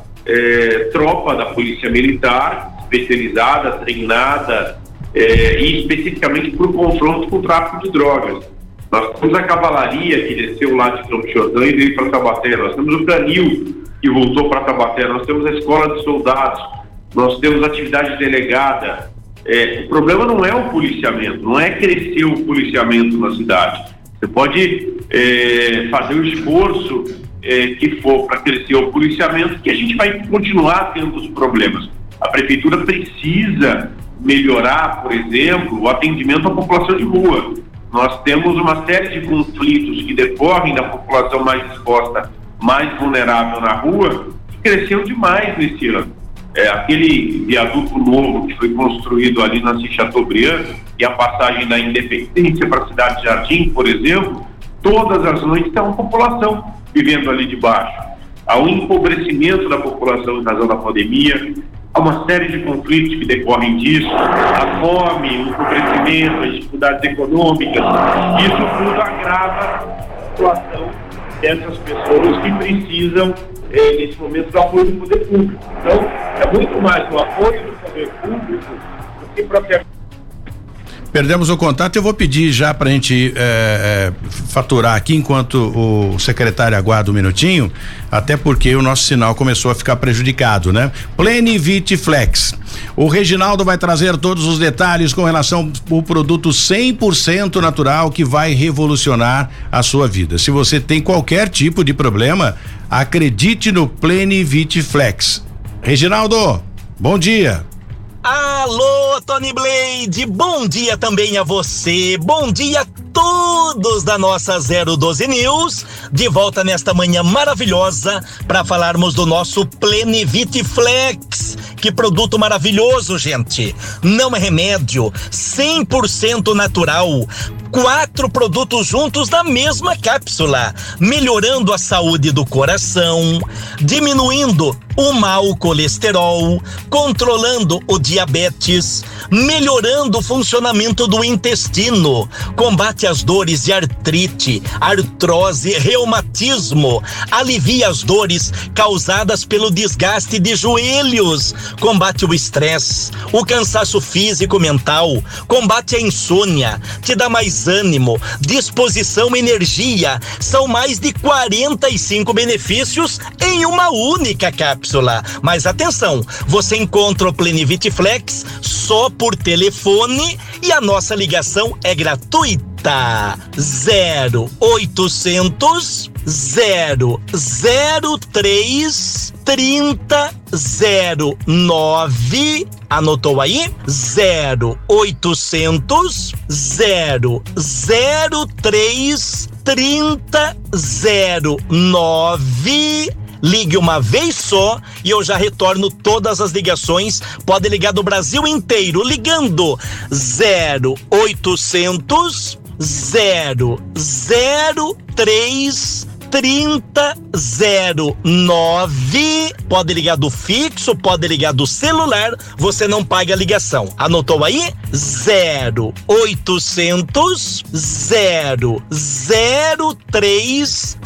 tropa da Polícia Militar, especializada, treinada, e especificamente para o confronto com o tráfico de drogas. Nós temos a cavalaria que desceu lá de Campo Jordão e veio para Taubaté, nós temos o canil que voltou para Taubaté, nós temos a escola de soldados, nós temos atividade delegada. O problema não é o policiamento, não é crescer o policiamento na cidade. Você pode fazer o esforço que for para crescer o policiamento, que a gente vai continuar tendo os problemas. A prefeitura precisa melhorar, por exemplo, o atendimento à população de rua. Nós temos uma série de conflitos que decorrem da população mais exposta, mais vulnerável na rua, que cresceu demais nesse ano. Aquele viaduto novo que foi construído ali na Chateaubriand e a passagem da Independência para a Cidade de Jardim, por exemplo, todas as noites tem uma população vivendo ali de baixo. Há um empobrecimento da população em razão da pandemia, há uma série de conflitos que decorrem disso, a fome, o empobrecimento, as dificuldades econômicas. Isso tudo agrava a situação dessas pessoas que precisam, nesse momento, do apoio do poder público. Então, é muito mais o apoio do poder público do que propriamente. Perdemos o contato, eu vou pedir já pra gente faturar aqui enquanto o secretário aguarda um minutinho, até porque o nosso sinal começou a ficar prejudicado, né? Plenivit Flex. O Reginaldo vai trazer todos os detalhes com relação ao produto 100% natural que vai revolucionar a sua vida. Se você tem qualquer tipo de problema, acredite no Plenivit Flex. Reginaldo, bom dia. Alô, Tony Blade, bom dia também a você, bom dia a todos da nossa 012 News, de volta nesta manhã maravilhosa para falarmos do nosso Plenivit Flex. Que produto maravilhoso, gente, não é remédio, 100% natural, 4 produtos juntos na mesma cápsula, melhorando a saúde do coração, diminuindo o mau colesterol, controlando o diabetes, melhorando o funcionamento do intestino, combate as dores de artrite, artrose, reumatismo, alivia as dores causadas pelo desgaste de joelhos, combate o estresse, o cansaço físico e mental, combate a insônia, te dá mais ânimo, disposição e energia. São mais de 45 benefícios em uma única cápsula. Mas atenção, você encontra o Plenivit Flex só por telefone e a nossa ligação é gratuita. 0800 003 3009. Anotou aí? 0800 003 3009. Ligue uma vez só e eu já retorno todas as ligações. Pode ligar do Brasil inteiro ligando 0800 003 3009, pode ligar do fixo, pode ligar do celular, você não paga a ligação. Anotou aí? 0800 003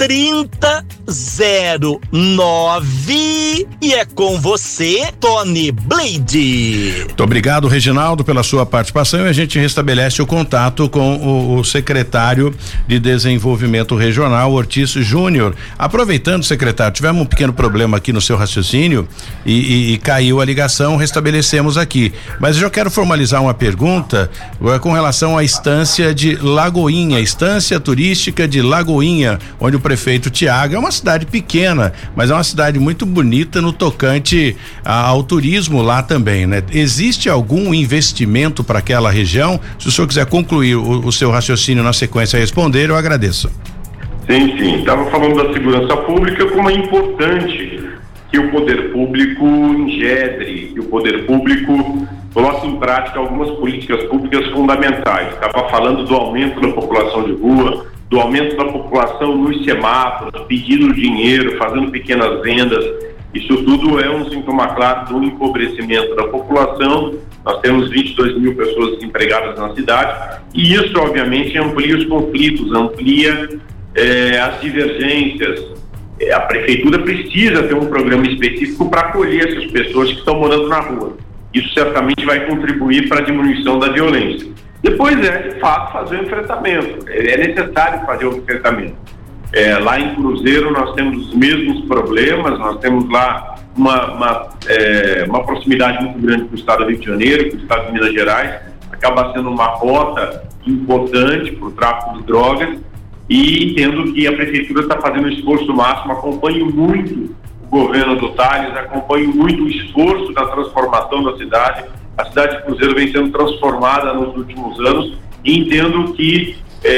3009 e é com você, Tony Blade. Muito obrigado, Reginaldo, pela sua participação, e a gente restabelece o contato com o secretário de Desenvolvimento Regional, Ortiz Júnior. Aproveitando, secretário, tivemos um pequeno problema aqui no seu raciocínio e caiu a ligação, restabelecemos aqui. Mas eu já quero formalizar uma pergunta com relação à estância de Lagoinha, estância turística de Lagoinha, onde o prefeito Tiago, é uma cidade pequena, mas é uma cidade muito bonita no tocante ao turismo lá também, né? Existe algum investimento para aquela região? Se o senhor quiser concluir o seu raciocínio na sequência e responder, eu agradeço. Sim. Estava falando da segurança pública, como é importante que o poder público engendre, que o poder público coloque em prática algumas políticas públicas fundamentais. Estava falando do aumento da população de rua, do aumento da população nos semáforos, pedindo dinheiro, fazendo pequenas vendas. Isso tudo é um sintoma claro do empobrecimento da população. Nós temos 22 mil pessoas desempregadas na cidade e isso, obviamente, amplia os conflitos, amplia as divergências. A prefeitura precisa ter um programa específico para acolher essas pessoas que estão morando na rua. Isso certamente vai contribuir para a diminuição da violência. Depois de fato, fazer o enfrentamento. É necessário fazer o enfrentamento. Lá em Cruzeiro nós temos os mesmos problemas, nós temos lá uma proximidade muito grande com o estado do Rio de Janeiro, com o estado de Minas Gerais, acaba sendo uma rota importante para o tráfico de drogas, e entendo que a prefeitura está fazendo um esforço máximo. Acompanho muito o governo do Tales, acompanho muito o esforço da transformação da cidade. A cidade de Cruzeiro vem sendo transformada nos últimos anos e entendo que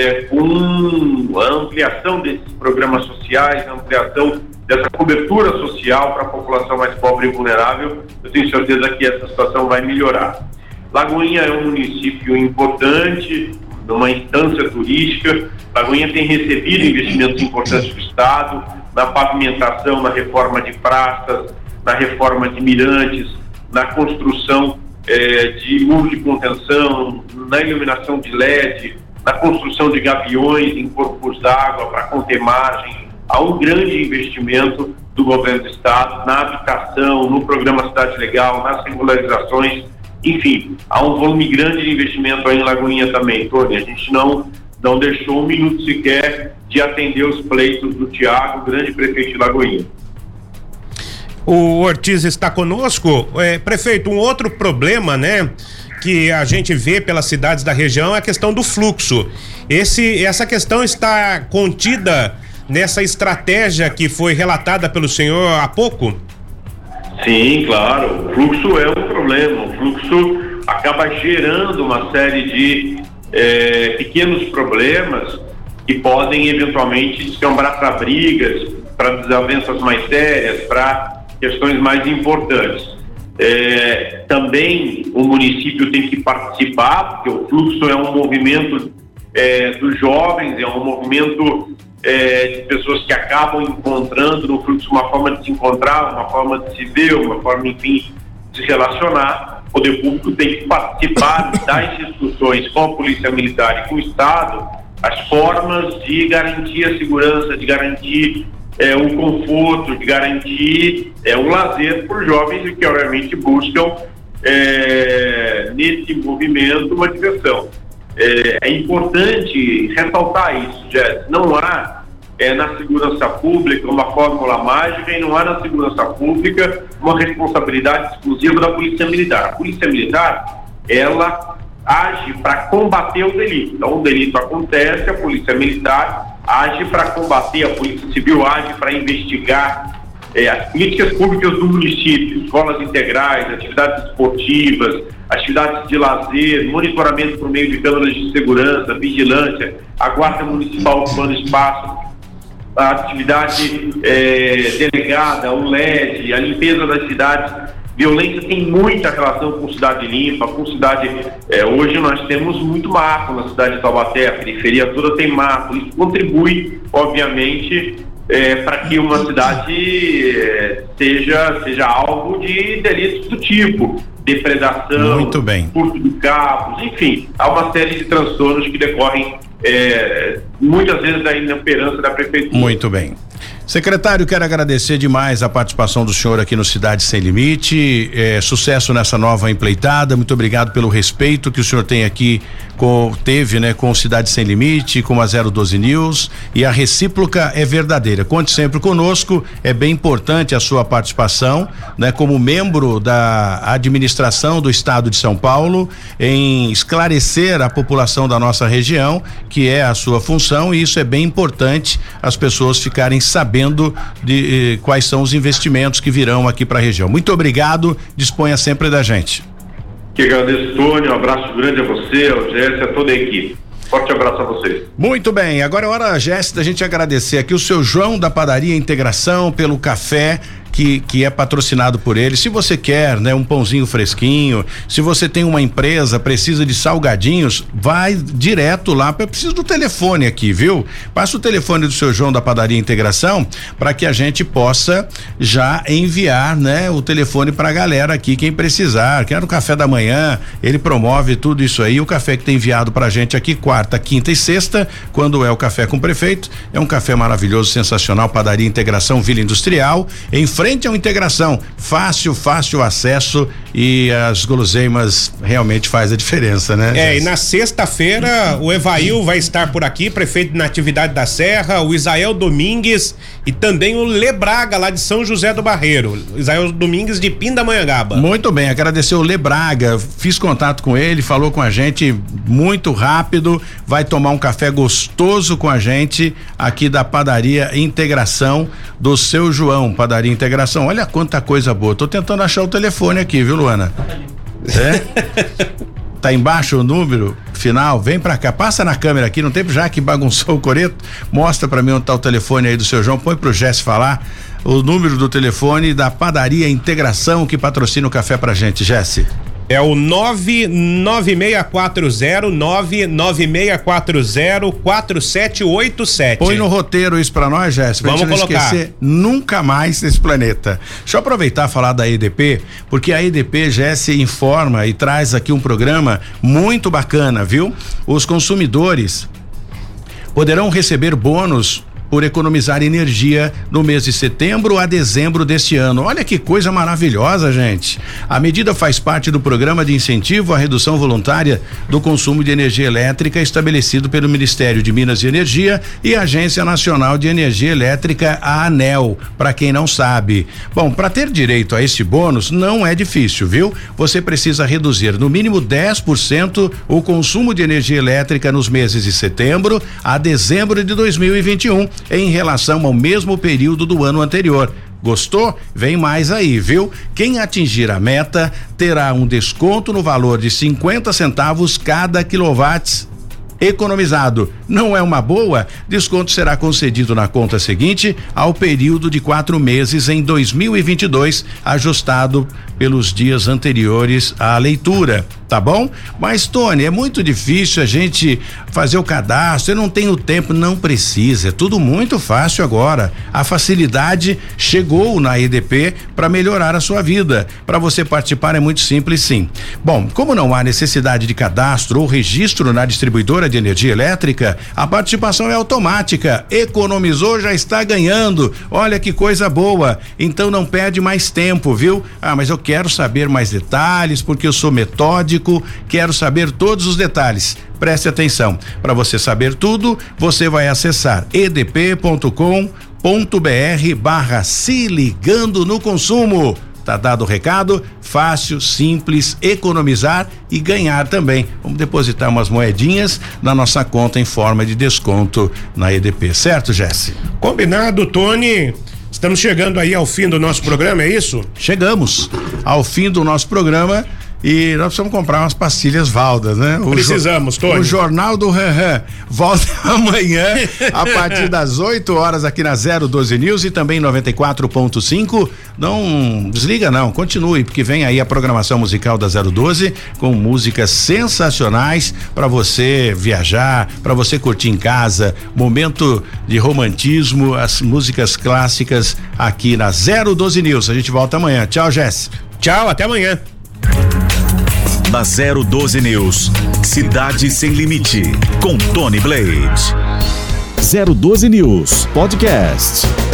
com a ampliação desses programas sociais, a ampliação dessa cobertura social para a população mais pobre e vulnerável, eu tenho certeza que essa situação vai melhorar. Lagoinha é um município importante, numa instância turística. Lagoinha tem recebido investimentos importantes do Estado, na pavimentação, na reforma de praças, na reforma de mirantes, na construção de muros de contenção, na iluminação de LED, na construção de gaviões em corpos d'água para conter margem. Há um grande investimento do governo do Estado na habitação, no programa Cidade Legal, nas regularizações. Enfim, há um volume grande de investimento aí em Lagoinha também, Tony. A gente não deixou um minuto sequer de atender os pleitos do Tiago, grande prefeito de Lagoinha. O Ortiz está conosco. Prefeito, um outro problema, né, que a gente vê pelas cidades da região é a questão do fluxo. Essa questão está contida nessa estratégia que foi relatada pelo senhor há pouco? Sim, claro. O fluxo é um problema. O fluxo acaba gerando uma série de pequenos problemas que podem eventualmente descambar para brigas, para desavenças mais sérias, para questões mais importantes. Também o município tem que participar, porque o fluxo é um movimento dos jovens, é um movimento de pessoas que acabam encontrando no fluxo uma forma de se encontrar, uma forma de se ver, uma forma, enfim, de se relacionar. O poder público tem que participar das discussões com a Polícia Militar e com o Estado, as formas de garantir a segurança, de garantir o conforto, de garantir o lazer para os jovens e que obviamente buscam nesse movimento uma diversão. É importante ressaltar isso, Jess. Não há na segurança pública uma fórmula mágica e não há na segurança pública uma responsabilidade exclusiva da Polícia Militar. A Polícia Militar, ela age para combater o delito. Então, o delito acontece, a Polícia Militar age para combater, a Polícia Civil age para investigar as políticas públicas do município, escolas integrais, atividades esportivas, atividades de lazer, monitoramento por meio de câmeras de segurança, vigilância, a Guarda Municipal ocupando espaço, a atividade delegada, o LED, a limpeza das cidades. Violência tem muita relação com cidade limpa, com cidade... hoje nós temos muito mato na cidade de Taubaté, a periferia toda tem mato. Isso contribui, obviamente, para que uma cidade seja alvo de delitos do tipo depredação, muito bem, furto de cabos, enfim, há uma série de transtornos que decorrem muitas vezes da inoperância da prefeitura. Muito bem. Secretário, quero agradecer demais a participação do senhor aqui no Cidade Sem Limite, sucesso nessa nova empreitada, muito obrigado pelo respeito que o senhor tem aqui teve, né, com o Cidade Sem Limite, com a 012 News, e a recíproca é verdadeira. Conte sempre conosco, é bem importante a sua participação, né, como membro da administração do Estado de São Paulo, em esclarecer a população da nossa região, que é a sua função, e isso é bem importante as pessoas ficarem sabendo de quais são os investimentos que virão aqui para a região. Muito obrigado, disponha sempre da gente. Que agradeço, Tony, um abraço grande a você, ao Jéssica, a toda a equipe. Forte abraço a vocês. Muito bem, agora é hora, Jéssica, da gente agradecer aqui o seu João da Padaria Integração pelo café que é patrocinado por ele. Se você quer, né, um pãozinho fresquinho, se você tem uma empresa, precisa de salgadinhos, vai direto lá, eu preciso do telefone aqui, viu? Passa o telefone do seu João da Padaria Integração para que a gente possa já enviar, né, o telefone pra galera aqui, quem precisar, quer no café da manhã, ele promove tudo isso aí, o café que tem enviado pra gente aqui quarta, quinta e sexta, quando é o café com o prefeito, é um café maravilhoso, sensacional, Padaria Integração Vila Industrial, em frente à Integração, fácil acesso, e as guloseimas realmente faz a diferença, né? E na sexta-feira o Evail vai estar por aqui, prefeito de Natividade da Serra, o Isael Domingues e também o Lebraga lá de São José do Barreiro, Isael Domingues de Pindamonhangaba. Muito bem, agradecer o Lebraga, fiz contato com ele, falou com a gente muito rápido, vai tomar um café gostoso com a gente aqui da Padaria Integração do seu João, Padaria Integração. Olha quanta coisa boa. Tô tentando achar o telefone aqui, viu, Luana? Tá embaixo o número final, vem pra cá, passa na câmera aqui, não tem, já que bagunçou o coreto, mostra pra mim onde tá o telefone aí do seu João, põe pro Jesse falar o número do telefone da Padaria Integração que patrocina o café pra gente, Jesse. É o 99640-4787. Põe no roteiro isso pra nós, Jéssica. Vamos colocar. Não esquecer nunca mais nesse planeta. Deixa eu aproveitar e falar da EDP, porque a EDP, Jéssica, informa e traz aqui um programa muito bacana, viu? Os consumidores poderão receber bônus por economizar energia no mês de setembro a dezembro deste ano. Olha que coisa maravilhosa, gente. A medida faz parte do programa de incentivo à redução voluntária do consumo de energia elétrica estabelecido pelo Ministério de Minas e Energia e Agência Nacional de Energia Elétrica, a ANEEL, para quem não sabe. Bom, para ter direito a esse bônus não é difícil, viu? Você precisa reduzir no mínimo 10% o consumo de energia elétrica nos meses de setembro a dezembro de 2021. Em relação ao mesmo período do ano anterior. Gostou? Vem mais aí, viu? Quem atingir a meta terá um desconto no valor de 50 centavos cada quilowatt economizado. Não é uma boa? Desconto será concedido na conta seguinte ao período de 4 meses em 2022, ajustado pelos dias anteriores à leitura, tá bom? Mas, Tony, é muito difícil a gente fazer o cadastro, eu não tenho tempo, não precisa, é tudo muito fácil agora. A facilidade chegou na EDP para melhorar a sua vida. Para você participar é muito simples, sim. Bom, como não há necessidade de cadastro ou registro na distribuidora de energia elétrica, a participação é automática. Economizou, já está ganhando. Olha que coisa boa. Então não perde mais tempo, viu? Ah, mas eu quero saber mais detalhes porque eu sou metódico, quero saber todos os detalhes. Preste atenção. Para você saber tudo, você vai acessar edp.com.br/se ligando no consumo. Tá dado o recado? Fácil, simples, economizar e ganhar também. Vamos depositar umas moedinhas na nossa conta em forma de desconto na EDP, certo, Jesse? Combinado, Tony. Estamos chegando aí ao fim do nosso programa, é isso? Chegamos ao fim do nosso programa E nós precisamos comprar umas pastilhas Valdas, né? Precisamos, Tony. O Jornal do Ranran volta amanhã a partir das 8 horas aqui na 012 News e também 94.5. Não desliga não, continue, porque vem aí a programação musical da 012 com músicas sensacionais para você viajar, para você curtir em casa, momento de romantismo, as músicas clássicas aqui na 012 News. A gente volta amanhã. Tchau, Jess. Tchau, até amanhã. Na 012 News, Cidade Sem Limite, com Tony Blade. 012 News Podcast.